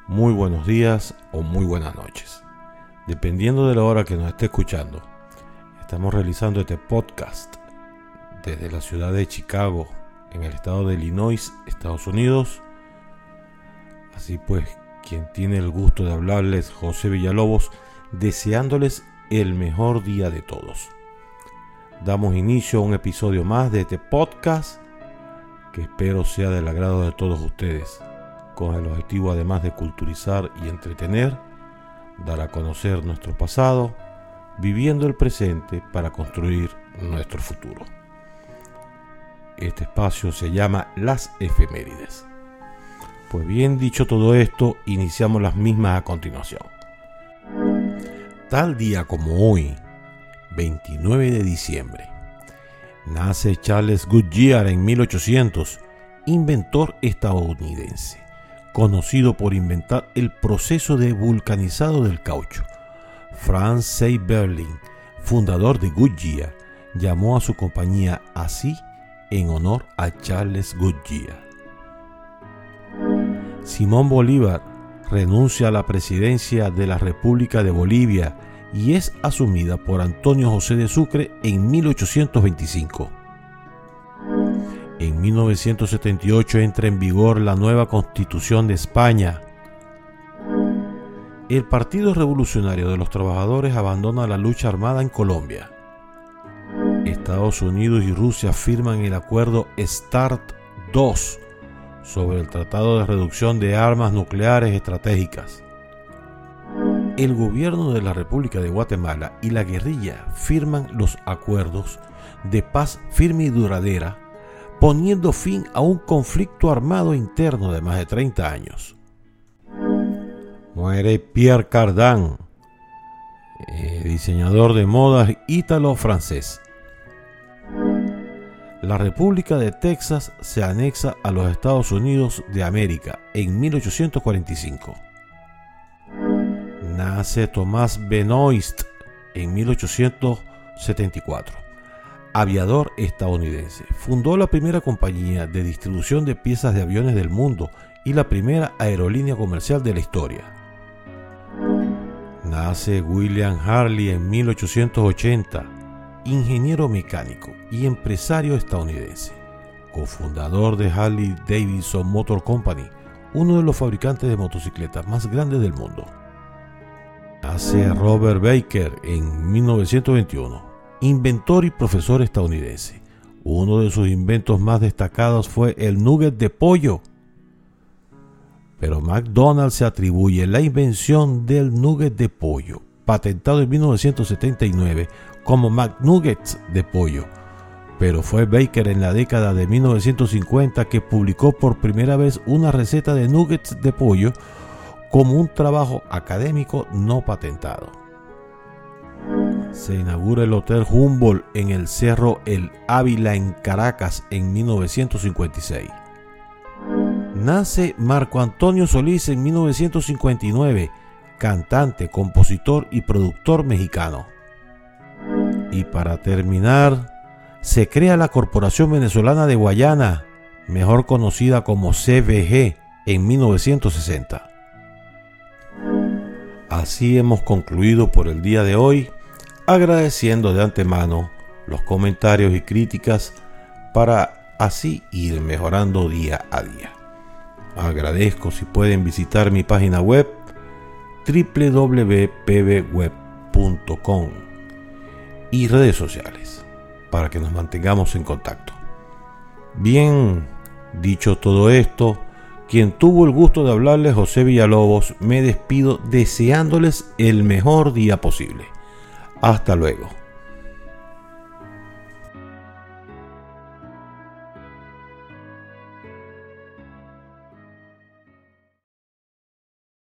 muy buenos días o muy buenas noches, dependiendo de la hora que nos esté escuchando. Estamos realizando este podcast desde la ciudad de Chicago, en el estado de Illinois, Estados Unidos. Así pues, quien tiene el gusto de hablarles, José Villalobos, deseándoles el mejor día de todos. Damos inicio a un episodio más de este podcast que espero sea del agrado de todos ustedes, con el objetivo además de culturizar y entretener, dar a conocer nuestro pasado, viviendo el presente para construir nuestro futuro. Este espacio se llama Las Efemérides. Pues bien, dicho todo esto, iniciamos las mismas a continuación. Tal día como hoy, 29 de diciembre, nace Charles Goodyear en 1800, inventor estadounidense, conocido por inventar el proceso de vulcanizado del caucho. Franz Seiberling, fundador de Goodyear, llamó a su compañía así en honor a Charles Goodyear. Simón Bolívar renuncia a la presidencia de la República de Bolivia y es asumida por Antonio José de Sucre en 1825. En 1978 entra en vigor la nueva Constitución de España. El Partido Revolucionario de los Trabajadores abandona la lucha armada en Colombia. Estados Unidos y Rusia firman el acuerdo START II sobre el Tratado de Reducción de Armas Nucleares Estratégicas. El gobierno de la República de Guatemala y la guerrilla firman los acuerdos de paz firme y duradera, poniendo fin a un conflicto armado interno de más de 30 años. Muere Pierre Cardin, diseñador de modas ítalo-francés. La República de Texas se anexa a los Estados Unidos de América en 1845. Nace Thomas Benoist en 1874, aviador estadounidense. Fundó la primera compañía de distribución de piezas de aviones del mundo y la primera aerolínea comercial de la historia. Nace William Harley en 1880, ingeniero mecánico y empresario estadounidense, cofundador de Harley Davidson Motor Company, uno de los fabricantes de motocicletas más grandes del mundo. Nace Robert Baker en 1921, inventor y profesor estadounidense. Uno de sus inventos más destacados fue el nugget de pollo. Pero McDonald's se atribuye la invención del nugget de pollo, patentado en 1979 como McNuggets de pollo. Pero fue Baker en la década de 1950 que publicó por primera vez una receta de nuggets de pollo como un trabajo académico no patentado. Se inaugura el Hotel Humboldt en el Cerro El Ávila en Caracas en 1956. Nace Marco Antonio Solís en 1959, cantante, compositor y productor mexicano. Y para terminar, se crea la Corporación Venezolana de Guayana, mejor conocida como CVG, en 1960. Así hemos concluido por el día de hoy, agradeciendo de antemano los comentarios y críticas para así ir mejorando día a día. Agradezco si pueden visitar mi página web www.pbweb.com y redes sociales para que nos mantengamos en contacto. Bien, dicho todo esto, quien tuvo el gusto de hablarles, José Villalobos, me despido deseándoles el mejor día posible. Hasta luego.